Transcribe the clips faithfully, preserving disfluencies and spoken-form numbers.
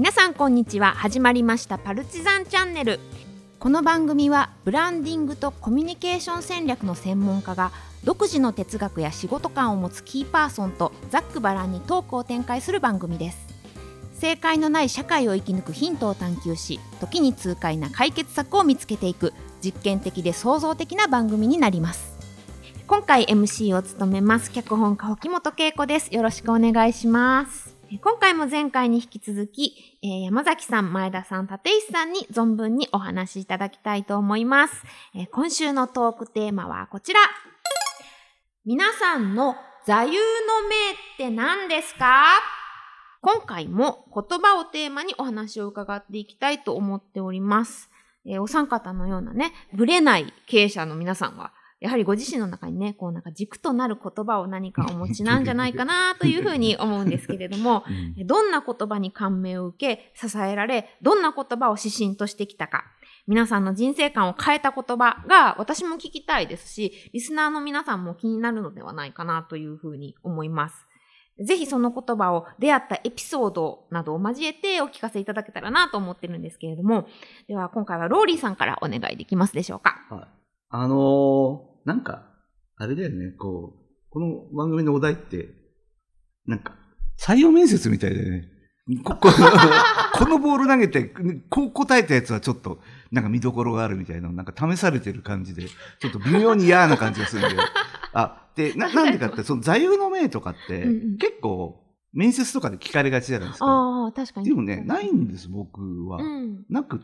皆さんこんにちは。始まりましたパルチザンチャンネル。この番組はブランディングとコミュニケーション戦略の専門家が独自の哲学や仕事観を持つキーパーソンとざっくばらんにトークを展開する番組です。正解のない社会を生き抜くヒントを探求し、時に痛快な解決策を見つけていく実験的で創造的な番組になります。今回 エムシー を務めます脚本家沖本恵子です。よろしくお願いします。今回も前回に引き続き、えー、山崎さん、前田さん、立石さんに存分にお話しいただきたいと思います。えー、今週のトークテーマはこちら。皆さんの座右の銘って何ですか？今回も言葉をテーマにお話を伺っていきたいと思っております。えー、お三方のようなね、ぶれない経営者の皆さんは、やはりご自身の中にね、こうなんか軸となる言葉を何かお持ちなんじゃないかなというふうに思うんですけれども、うん、どんな言葉に感銘を受け、支えられ、どんな言葉を指針としてきたか、皆さんの人生観を変えた言葉が私も聞きたいですし、リスナーの皆さんも気になるのではないかなというふうに思います。ぜひその言葉を出会ったエピソードなどを交えてお聞かせいただけたらなと思ってるんですけれども、では今回はローリーさんからお願いできますでしょうか。 はい、あのーなんか、あれだよね、こう、この番組のお題って、なんか、採用面接みたいだよね。こ, こ, このボール投げて、こう答えたやつはちょっと、なんか見どころがあるみたいな、なんか試されてる感じで、ちょっと微妙に嫌な感じがするんだよ。あ、で、な、なんでかって、その座右の銘とかって、結構、面接とかで聞かれがちじゃないですか。 ああ、確かに。 でもね、ないんです、僕は。うん、なくって、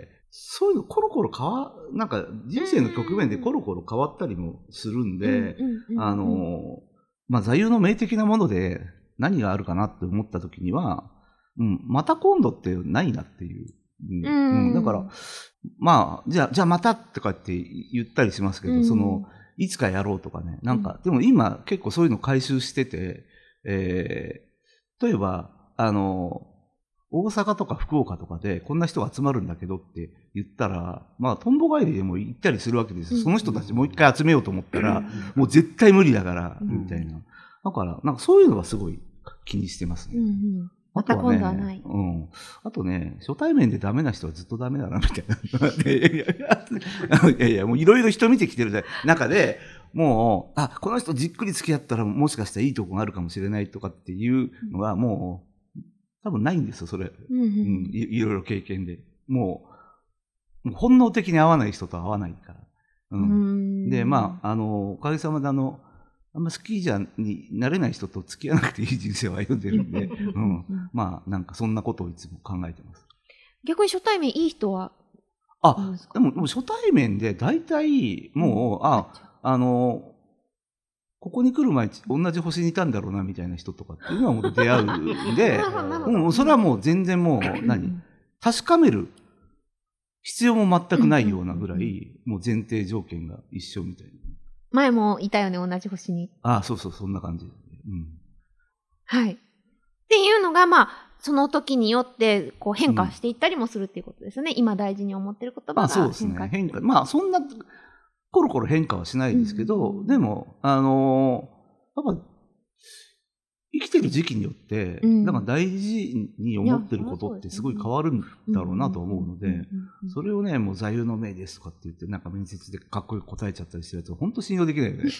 そういうのコロコロ変わ、なんか人生の局面でコロコロ変わったりもするんで、あの、まあ、座右の銘的なもので何があるかなって思った時には、うん、また今度ってないなっていう。うんうん、だから、まあ、じゃあ、じゃあまたとかって言ったりしますけど、その、いつかやろうとかね、なんか、でも今結構そういうの回収してて、えー、例えば、あの、大阪とか福岡とかでこんな人が集まるんだけどって言ったら、まあ、とんぼ帰りでも行ったりするわけですよ。その人たちもう一回集めようと思ったら、もう絶対無理だから、みたいな。だから、なんかそういうのはすごい気にしてますね。 うんうん、また今度はない。 うん。あとね、初対面でダメな人はずっとダメだな、みたいな。いやいや、いやいや、もういろいろ人見てきてる中で、もう、あ、この人じっくり付き合ったらもしかしたらいいとこがあるかもしれないとかっていうのはもう、多分ないんですよ、それ。うん、うん、い, いろいろ経験で。もう、もう本能的に合わない人と合わないから。うん。うんで、まあ、あの、おかげさまであの、あんま好きじゃになれない人と付き合わなくていい人生を歩んでるんで、うん。まあ、なんかそんなことをいつも考えてます。 逆に初対面いい人はあ、でも、もう初対面で大体、もう、うん、あ、あの、ここに来る前、同じ星にいたんだろうな、みたいな人とかっていうのはもう出会うんで、うん、それはもう全然もう、何確かめる必要も全くないようなぐらい、もう前提条件が一緒みたいな。 前もいたよね、同じ星に。 ああ、そうそう、そんな感じ。うん。 はい。っていうのが、まあ、その時によって、こう変化していったりもするっていうことですね。うん、今大事に思ってる言葉が変化。 まあそうですね。変化。まあそんな、コロコロ変化はしないですけど、うん、でも、あのー、やっぱ、生きてる時期によって、うん、なんか大事に思ってることってすごい変わるんだろうなと思うので、それをね、もう座右の銘ですとかって言って、なんか面接でかっこよく答えちゃったりしてるやつは本当信用できないよね。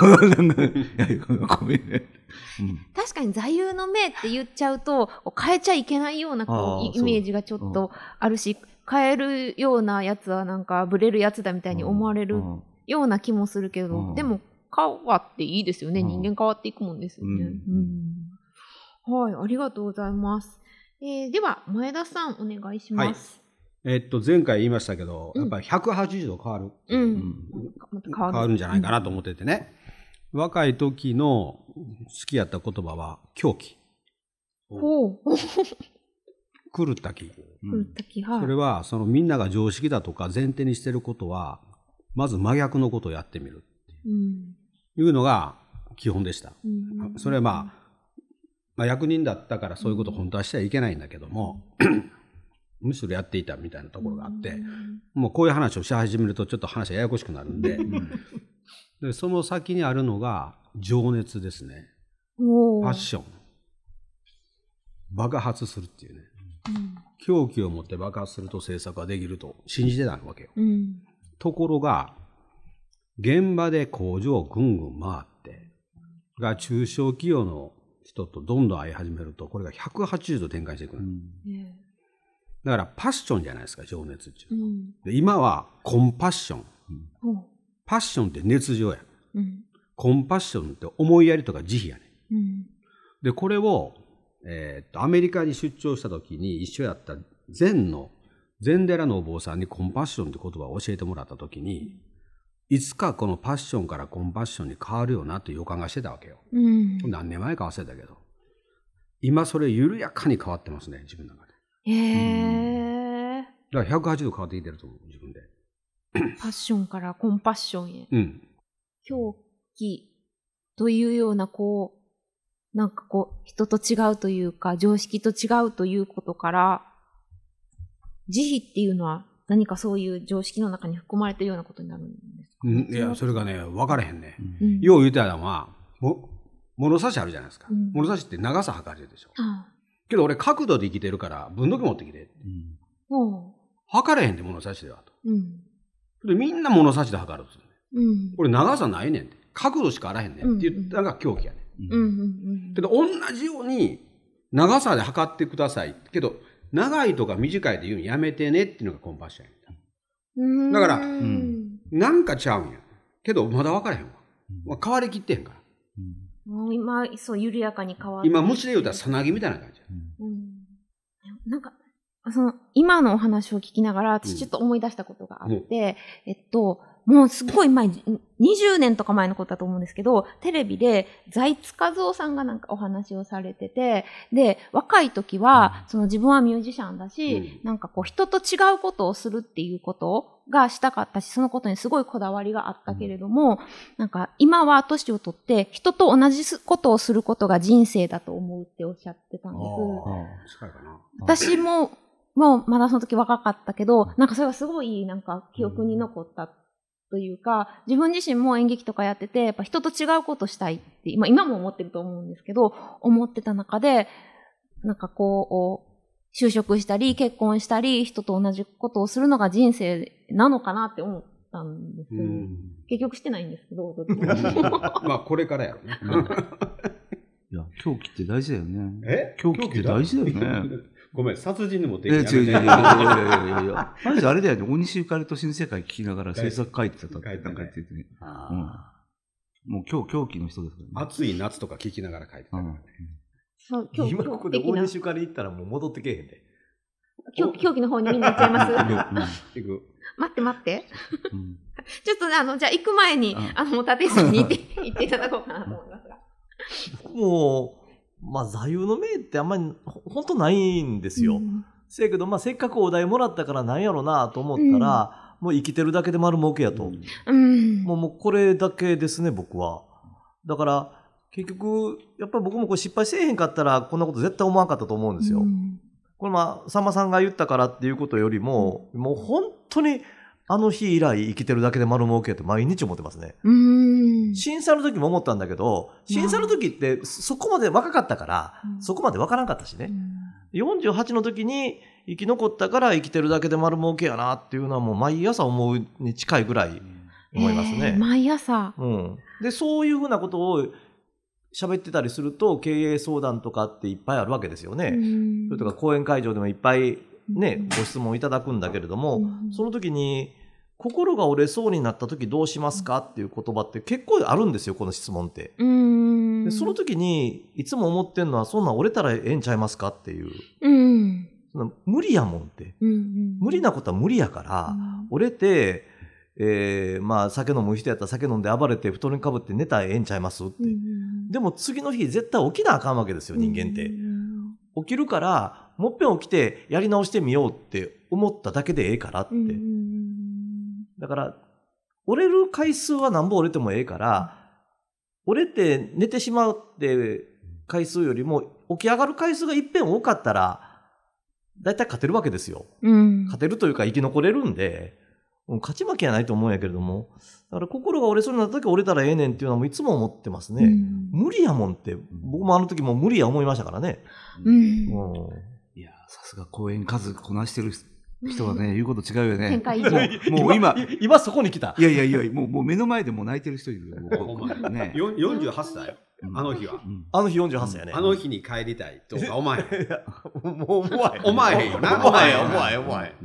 ごめんね。 うん、確かに座右の銘って言っちゃうと、変えちゃいけないようなこうイメージがちょっとあるし、変えるようなやつはなんかブレるやつだみたいに思われるような気もするけど、でも変わっていいですよね。人間変わっていくもんですよね。うんうん、はい、ありがとうございます。えー、では前田さんお願いします。 はい、えー、っと前回言いましたけど、うん、やっぱりひゃくはちじゅうど変わる、うんうん、変わるんじゃないかなと思っててね。うん、若い時の好きやった言葉は狂気。 ほう。 狂った気。 狂った気、はい。 それはそのみんなが常識だとか前提にしてることはまず真逆のことをやってみるっていうのが基本でした。うん、それはまあ、まあ役人だったからそういうことを本当はしちゃいけないんだけども、うん、むしろやっていたみたいなところがあって、うん、もうこういう話をし始めるとちょっと話がややこしくなるんで、でその先にあるのが情熱ですね。パッション。爆発するっていうね。 凶器を持って爆発すると政策ができると信じてたわけよ。 うん、 ところが、現場で工場をぐんぐん回って、が中小企業の人とどんどん会い始めると、これがひゃくはちじゅうど展開していくの、うん、だからパッションじゃないですか、情熱っていうのは、うん、で今はコンパッション、うん、パッションって熱情や、うん、コンパッションって思いやりとか慈悲やね、うん、でこれを、えー、っとアメリカに出張した時に一緒やった禅の禅寺のお坊さんにコンパッションって言葉を教えてもらった時に、いつかこのパッションからコンパッションに変わるよなという予感がしてたわけよ、うん、何年前か忘れたけど、今それ緩やかに変わってますね、自分の中で。 へー、 だからひゃくはちじゅうど変わってきてると思う、自分で。 パッションからコンパッションへ、 うん、 狂気というような、こうなんかこう人と違うというか常識と違うということから、慈悲っていうのは何かそういう常識の中に含まれているようなことになるんですか？ うん、いや、それがね、分からへんね。うん、よう言うてたのは、も、物差しあるじゃないですか。うん、物差しって長さ測れるでしょ。うん、けど俺角度で生きてるから、分度器持ってきて。うん、測れへんで、物差しではと。うん、で、みんな物差しで測るんですよね。うん、これ長さないねんって。角度しかあらへんねんって言ったのが狂気やねん。うんうん、けど、同じように長さで測ってください。けど、長いとか短いで言うのやめてねっていうのがコンパッションや。だから、うん、なんかちゃうんや。けど、まだ分からへんわ。まあ、変わりきってへんから。 うん、もう今、そう、緩やかに変わって。 今、虫で言うたらさなぎみたいな感じや。 うん、なんか、その、今のお話を聞きながら、私ちょっと思い出したことがあって、うん、えっと、もうすごい前、にじゅうねんとか前のことだと思うんですけど、テレビで財津和夫さんがなんかお話をされてて、で、若い時は、うん、その自分はミュージシャンだし、うん、なんかこう人と違うことをするっていうことがしたかったし、そのことにすごいこだわりがあったけれども、うん、なんか今は年を取って人と同じことをすることが人生だと思うっておっしゃってたんです。 近いかな。 私も、もうまだその時若かったけど、なんかそれがすごいなんか記憶に残ったというか、自分自身も演劇とかやってて、やっぱ人と違うことしたいって、今、今も思ってると思うんですけど、思ってた中で、なんかこう、就職したり、結婚したり、人と同じことをするのが人生なのかなって思ったんです。結局してないんですけど、どっちもまあ、これからやろね。 いや、狂気って大事だよね。 え？ 狂気って大事だよね。 ごめん、殺人にもできない。 いや、違う違う違う違う違う違う。マジであれだよね、大西ゆかりと新世界聞きながら制作書いてたって、なんか言っててね。うん。もう狂、狂気の人ですからね。 暑い夏とか聞きながら書いてたからね。 そう、今今ここで大西ゆかり行ったらもう戻ってけえへんで。 狂気、狂気の方にみんな行っちゃいます行く。 待って待って。ちょっとね、あの、じゃあ行く前に、あの、立石さんに行って、行っていただこうかなと思いますが。 もう、まあ、座右の銘ってあんまり本当ないんですよ。うん、せやけど、まあ、せっかくお題もらったからなんやろなと思ったら、うん、もう生きてるだけで丸儲けやと。うん、もう、もうこれだけですね、僕は。だから、結局、やっぱり僕もこれ失敗せえへんかったら、こんなこと絶対思わなかったと思うんですよ。うん、これまあ、さんまさんが言ったからっていうことよりも、もう本当に、あの日以来生きてるだけで丸儲けって毎日思ってますね。うーん、審査の時も思ったんだけど、審査の時ってそこまで若かったから、うん、そこまでわからんかったしね、うん。よんじゅうはちの時に生き残ったから生きてるだけで丸儲けやなっていうのはもう毎朝思うに近いぐらい思いますね。 えー、毎朝。 うん。で、そういうふうなことを喋ってたりすると経営相談とかっていっぱいあるわけですよね。それとか講演会場でもいっぱいね、ご質問いただくんだけれども、うん、その時に心が折れそうになった時どうしますかっていう言葉って結構あるんですよ、この質問って。うーん、でその時にいつも思ってんのは、そんなん折れたらええんちゃいますかっていう。うん、その無理やもんって、うんうん、無理なことは無理やから、うん、折れて、えー、まあ酒飲む人やったら酒飲んで暴れて布団にかぶって寝たらええんちゃいますって、うん、でも次の日絶対起きなあかんわけですよ、人間って、うん、起きるからもっぺん起きてやり直してみようって思っただけでええからって、うん、だから折れる回数は何本折れてもええから、折れて寝てしまうって回数よりも起き上がる回数がいっぺん多かったらだいたい勝てるわけですよ、うん、勝てるというか生き残れるんで、勝ち負けはないと思うんやけれども、だから心が折れそうになった時折れたらええねんっていうのはもういつも思ってますね、うん、無理やもんって僕もあの時も無理や思いましたからね、うん、うん、 いやさすが講演数こなしてる人はね、言うこと違うよね。 せんかい以上。 もう、もう今、 今そこに来た。 いやいやいや、もう、もう目の前でもう泣いてる人いるよ。 ね、よんじゅうはっさい、あの日は。 あの日よんじゅうはっさいやね。 あの日に帰りたいとか思わへん。 もう思わへん。 思わへんよな。 思わへん、思わへん、思わへん。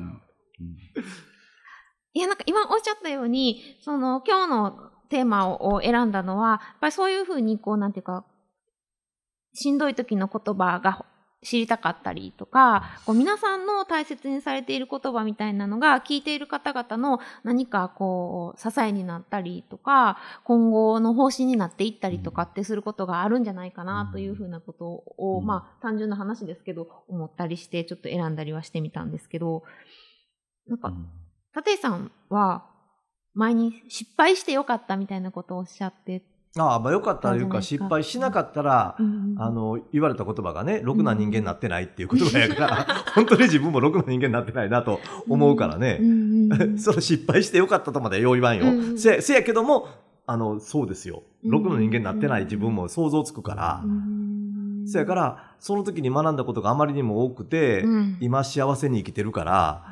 いや、なんか今おっしゃったように、その、今日のテーマを選んだのは、やっぱりそういうふうに、こう、なんていうか、しんどい時の言葉が知りたかったりとか、こう皆さんの大切にされている言葉みたいなのが聞いている方々の何かこう支えになったりとか、今後の方針になっていったりとかってすることがあるんじゃないかなというふうなことを、うん、まあ単純な話ですけど思ったりしてちょっと選んだりはしてみたんですけど、なんか、うん、立石さんは前に失敗してよかったみたいなことをおっしゃってああ、まあよかったというか、失敗しなかったら、うんうん、あの、言われた言葉がね、ろくな人間になってないっていう言葉やから、うん、本当に自分もろくな人間になってないなと思うからね、うんうん、その失敗してよかったとまではよう言わんよ。うん、せ, せやけども、あの、そうですよ。ろくな人間になってない自分も想像つくから、うん、せやから、その時に学んだことがあまりにも多くて、うん、今幸せに生きてるから、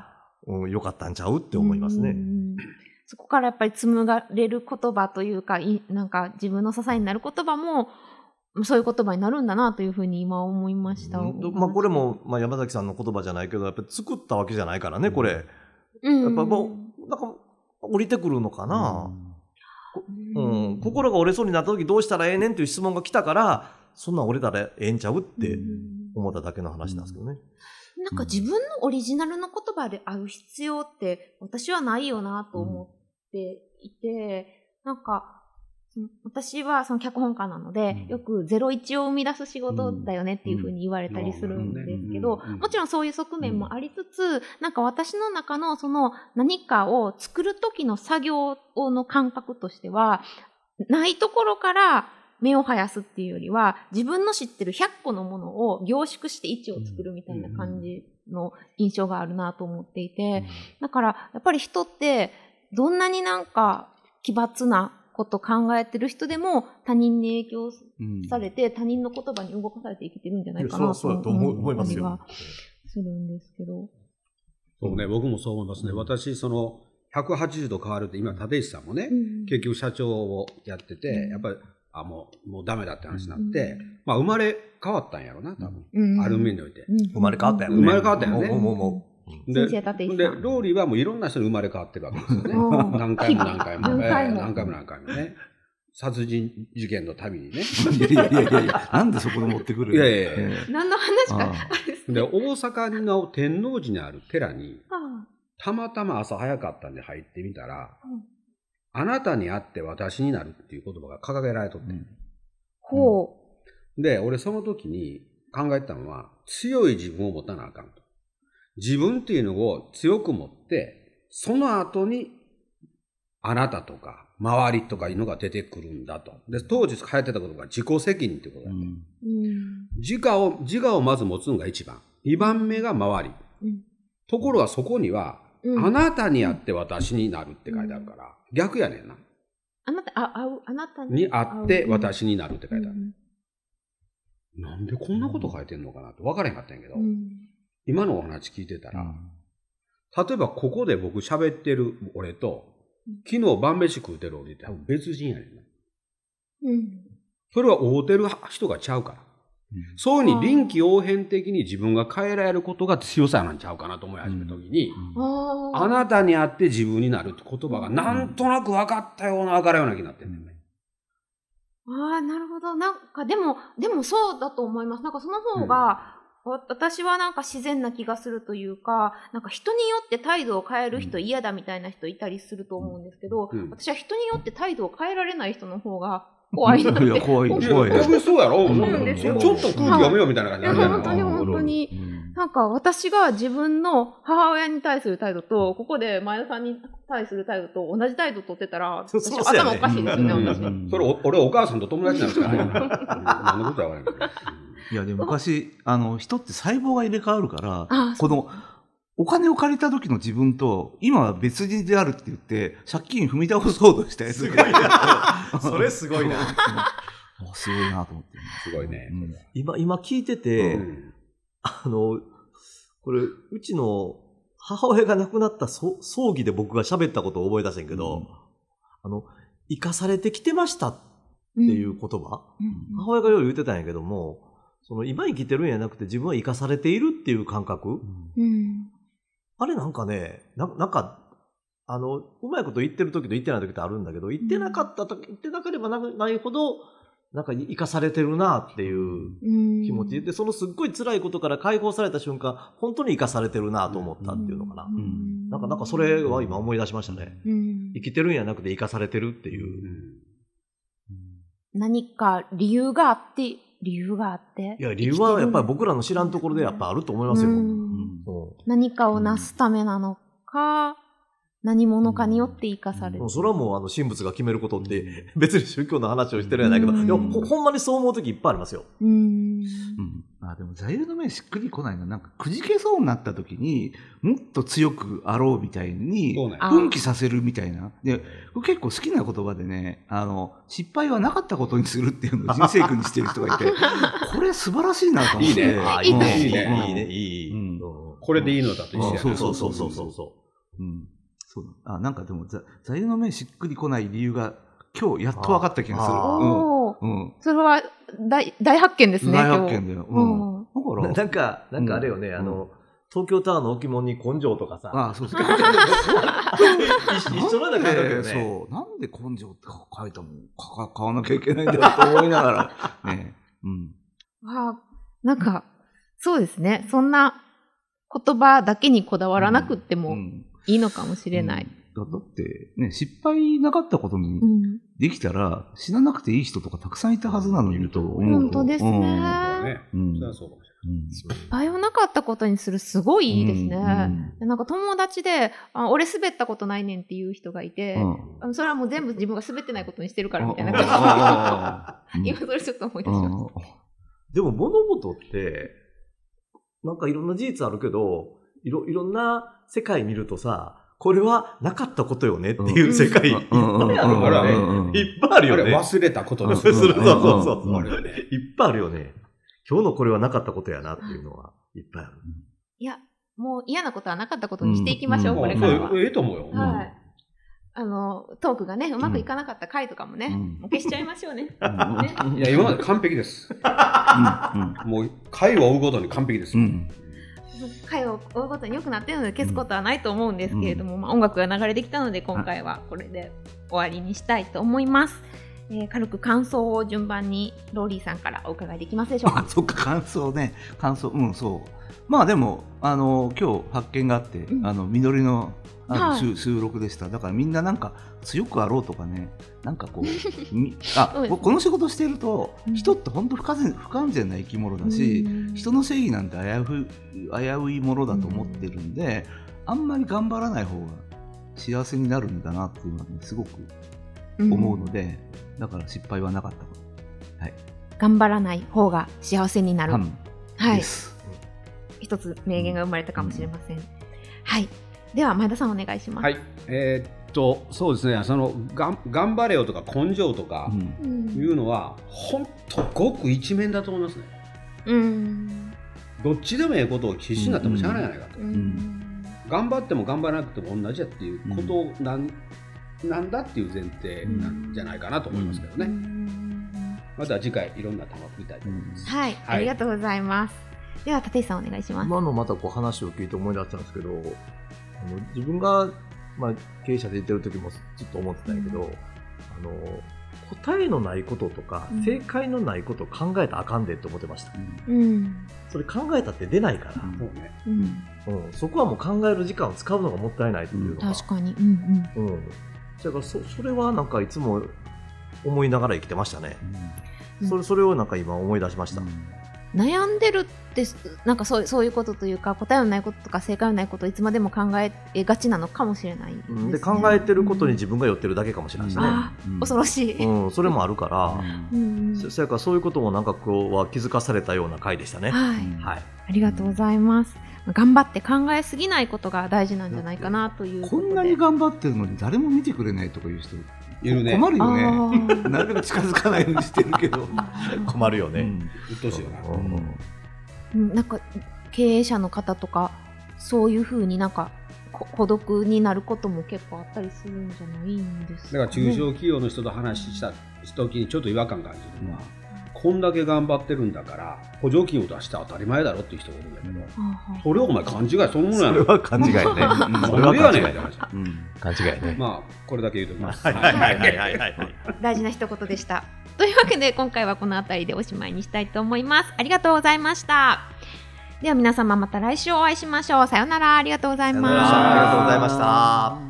うん、よかったんちゃうって思いますね。うんそこからやっぱり紡がれる言葉というか、なんか自分の支えになる言葉も、そういう言葉になるんだなというふうに今思いました。うん、 まあこれも、まあ、山崎さんの言葉じゃないけど、やっぱり作ったわけじゃないからね、これ。うん、やっぱもう、なんか降りてくるのかな。うん、うん、心が折れそうになった時どうしたらええねんという質問が来たから、そんなん折れたらええんちゃうって思っただけの話なんですけどね。 なんか自分のオリジナルの言葉で会う必要って私はないよなと思っていて、うん、なんか私はその脚本家なので、うん、よくゼロイチを生み出す仕事だよねっていうふうに言われたりするんですけど、もちろんそういう側面もありつつ、なんか私の中のその何かを作る時の作業の感覚としては、ないところから目を生やすっていうよりは、自分の知ってるひゃっこのものを凝縮していちを作るみたいな感じの印象があるなと思っていて、だからやっぱり人ってどんなになんか奇抜なこと考えてる人でも他人に影響されて、他人の言葉に動かされて生きてるんじゃないかなと思ったりはするんですけど。 そうね、僕もそう思いますね。私、そのひゃくはちじゅうど変わるって今立石さんもね、うん、結局社長をやってて、うん、やっぱりあもうもうダメだって話になって、うん、まあ生まれ変わったんやろな多分、うん、ある面において、 うん、生まれ変わったやろね。 生まれ変わったやろね。 もうもうもうで, でローリーはもういろんな人に生まれ変わってるわけですよね。何回も何回も、何回も、えー、何回も何回もね。殺人事件のたびにね。 いやいやいやいや、なんでそこで持ってくる。 いやいやいや、 えー、何の話かで大阪の天王寺にある寺にたまたま朝早かったんで入ってみたら、うん、あなたに会って私になるっていう言葉が掲げられとって、うん、 ほうで俺その時に考えたのは、強い自分を持たなあかんと。自分っていうのを強く持って、その後にあなたとか周りとかいうのが出てくるんだと。で当時流行ってたことが自己責任ってことだと、うん、自我を自我をまず持つのが一番、二番目が周り、うん、ところがそこには、うん、あなたに会って私になるって書いてあるから、うん、逆やねんな。 あなたあ会うあなたに会って私になるって書いてある、うん、なんでこんなこと書いてんのかなって分からへんかったんやけど、うん、今のお話聞いてたら、うん、例えばここで僕喋ってる俺と、昨日晩飯食うてる俺って多分別人やねんな。うん。それは会うてる人がちゃうから。うん、そういうふうに臨機応変的に自分が変えられることが強さなんちゃうかなと思い始めたときに、うんうん、あなたに会って自分になるって言葉がなんとなく分かったような分からんような気になってるんだよね。 ああ、なるほど。なんかでも、でもそうだと思います。なんかその方が、うん、私はなんか自然な気がするというか、なんか人によって態度を変える人嫌だみたいな人いたりすると思うんですけど、うん、私は人によって態度を変えられない人の方が怖いなって。いや、 怖い、怖い。 逆にそうやろ、うん、ちょっと空気読めよみたいな感じで。本当に本当に、なんか私が自分の母親に対する態度と、ここで前田さんに対する態度と同じ態度取ってたら、私頭おかしいですよね、私。 それ、俺お母さんと友達なんですからね。何のことは分からないけど。 いやでも昔あの人って細胞が入れ替わるからこのお金を借りた時の自分と今は別人であるって言って借金踏み倒そうとしたやつがそれすごいなすごいなと思って、 すごいね、 うん、今今聞いてて、うん、あのこれうちの母親が亡くなった葬儀で僕が喋ったことを覚え出せんけど、うん、あの生かされてきてましたっていう言葉、うん、母親がよう言ってたんやけども、その今生きてるんやなくて自分は生かされているっていう感覚、うん、あれなんかね な, なんかあのうまいこと言ってる時と言ってない時ってあるんだけど、言ってなかった時、言ってなければないほどなんか生かされてるなっていう気持ちで、そのすっごい辛いことから解放された瞬間、本当に生かされてるなと思ったっていうのかな。うん、なんかなんかそれは今思い出しましたね。うん、生きてるんやなくて生かされてるっていう。 うん、何か理由があって、理由があって。 いや、理由はやっぱり僕らの知らんところでやっぱあると思いますよ。うんうん、何かをなすためなのか、何者かによって生かされる。 うん、それはもうあの神仏が決めることって別に宗教の話をしてるやないけど、いや ほ, ほんまにそう思う時いっぱいありますよ。うん、 うん、あでも座右の銘しっくりこないのは、なんかくじけそうになった時にもっと強くあろうみたいに奮起させるみたいな。で結構好きな言葉でね、あの失敗はなかったことにするっていうのを人生訓にしてる人がいてこれ素晴らしいなと思って。いいね、 あいいね、いいね、いいね、いい、うん、 これでいいのだと一緒やな。 そうそうそうそうそうそう、 うん、そうあなんかでも座右の銘しっくりこない理由が今日やっと分かった気がする。 おうん、それは 大, 大発見ですね。 大発見だよ。うん、 だからなんかなんかあれよね、うん、あの東京タワーの置物に根性とかさ、 ああそうそう一緒なんだけどね、えー、 そうなんで根性って書いたもんか買わなきゃいけないんだよと思いながらね、うん、 あなんかそうですね、そんな言葉だけにこだわらなくっても、うんうんいいのかもしれない。 うん、だ, だって、ね、失敗なかったことにできたら、うん、死ななくていい人とかたくさんいたはずなのに言うと思う。 本当ですね。うん、失敗をなかったことにするすごいいいですね。うん、なんか友達であ俺滑ったことないねんっていう人がいて、うん、それはもう全部自分が滑ってないことにしてるからみたいな感じ。今それちょっと思い出しました。 でも物事ってなんかいろんな事実あるけど。い ろ, いろんな世界見るとさ、これはなかったことよねっていう世界いっぱいあるからね。いっぱいあるよね。 あれ忘れたことです。 そうそうそうそう。いっぱいあるよね。今日のこれはなかったことやなっていうのはいっぱいある。 いや、もう嫌なことはなかったことにしていきましょう、うん、これからは。 ええと思うよ。 はい。あの、トークがね、うまくいかなかった回とかもね、うん、もう消しちゃいましょうね。ねいや、今まで完璧です。もう回を追うごとに完璧です。うん回を追うごとに良くなっているので消すことはないと思うんですけれども、うんまあ、音楽が流れてきたので今回はこれで終わりにしたいと思います、えー、軽く感想を順番にローリーさんからお伺いできますでしょうか。 あそっか感想ね感想うんそうまあでもあの今日発見があって、うん、あの実りのある、はい、収録でした。だからみんななんか強くあろうとかねなんかこうあこの仕事してると、うん、人って本当不完全、不完全な生き物だし、うん、人の正義なんて危う、危ういものだと思ってるんで、うん、あんまり頑張らない方が幸せになるんだなっていうのは、ね、すごく思うので、うん、だから失敗はなかったこと、はい、 頑張らない方が幸せになる、 うん、 はい、 です。 一つ名言が生まれたかもしれません、うん、はいでは前田さんお願いします。 はい、えー、っとそうですね、そのがん頑張れよとか根性とかいうのは、うん、本当ごく一面だと思いますね。うん。どっちでもええことを必死になってもしゃあないじゃないかと、うんうん、頑張っても頑張らなくても同じやっていうことなん、うん、なんだっていう前提なんじゃないかなと思いますけどね、うん、また次回いろんな球を見たいと思います、 うんはい、はい、ありがとうございます。では立石さんお願いします。 今のまたこう話を聞いて思い出したんですけど、あの自分が、まあ、経営者で言ってる時もずっと思ってたんやけど、うん、あの答えのないこととか、うん、正解のないことを考えたらあかんでって思ってました、うん、それ考えたって出ないから、うんそうねうんうん、そこはもう考える時間を使うのがもったいないっていうのが、 うん、確かに、うんうんうん、 だから そ, それはなんかいつも思いながら生きてましたね、うん、そ, れそれをなんか今思い出しました、うん悩んでるってなんかそう、そういうことというか答えのないこととか正解のないことをいつまでも考えがちなのかもしれないですね、うん、で考えてることに自分が寄ってるだけかもしれないですね、うんあ恐ろしい、 うん、それもあるから、うん、そ, それからそういうこともなんかこうは気づかされたような回でしたね、 はいはい、ありがとうございます。頑張って考えすぎないことが大事なんじゃないかなということで、 こんなに頑張ってるのに誰も見てくれないとかいう人いるね。困るよね。なるべく近づかないようにしてるけど困るよね、 うん、うっとうしいよな、 うん、なんか経営者の方とかそういう風になんか孤独になることも結構あったりするんじゃないんですか、ね、 だから中小企業の人と話した時にちょっと違和感感じるのは、うん、こんだけ頑張ってるんだから補助金を出して当たり前だろっていう人がいるんだけど、うん、それはお前勘違いそのものやね。それは勘違いね。それは勘違いね。うん、勘違いね。 まあこれだけ言うときます。 大事な一言でした。というわけで今回はこの辺りでおしまいにしたいと思います。ありがとうございました。では皆様また来週お会いしましょう。さよなら。ありがとうございます。 ありがとうございました。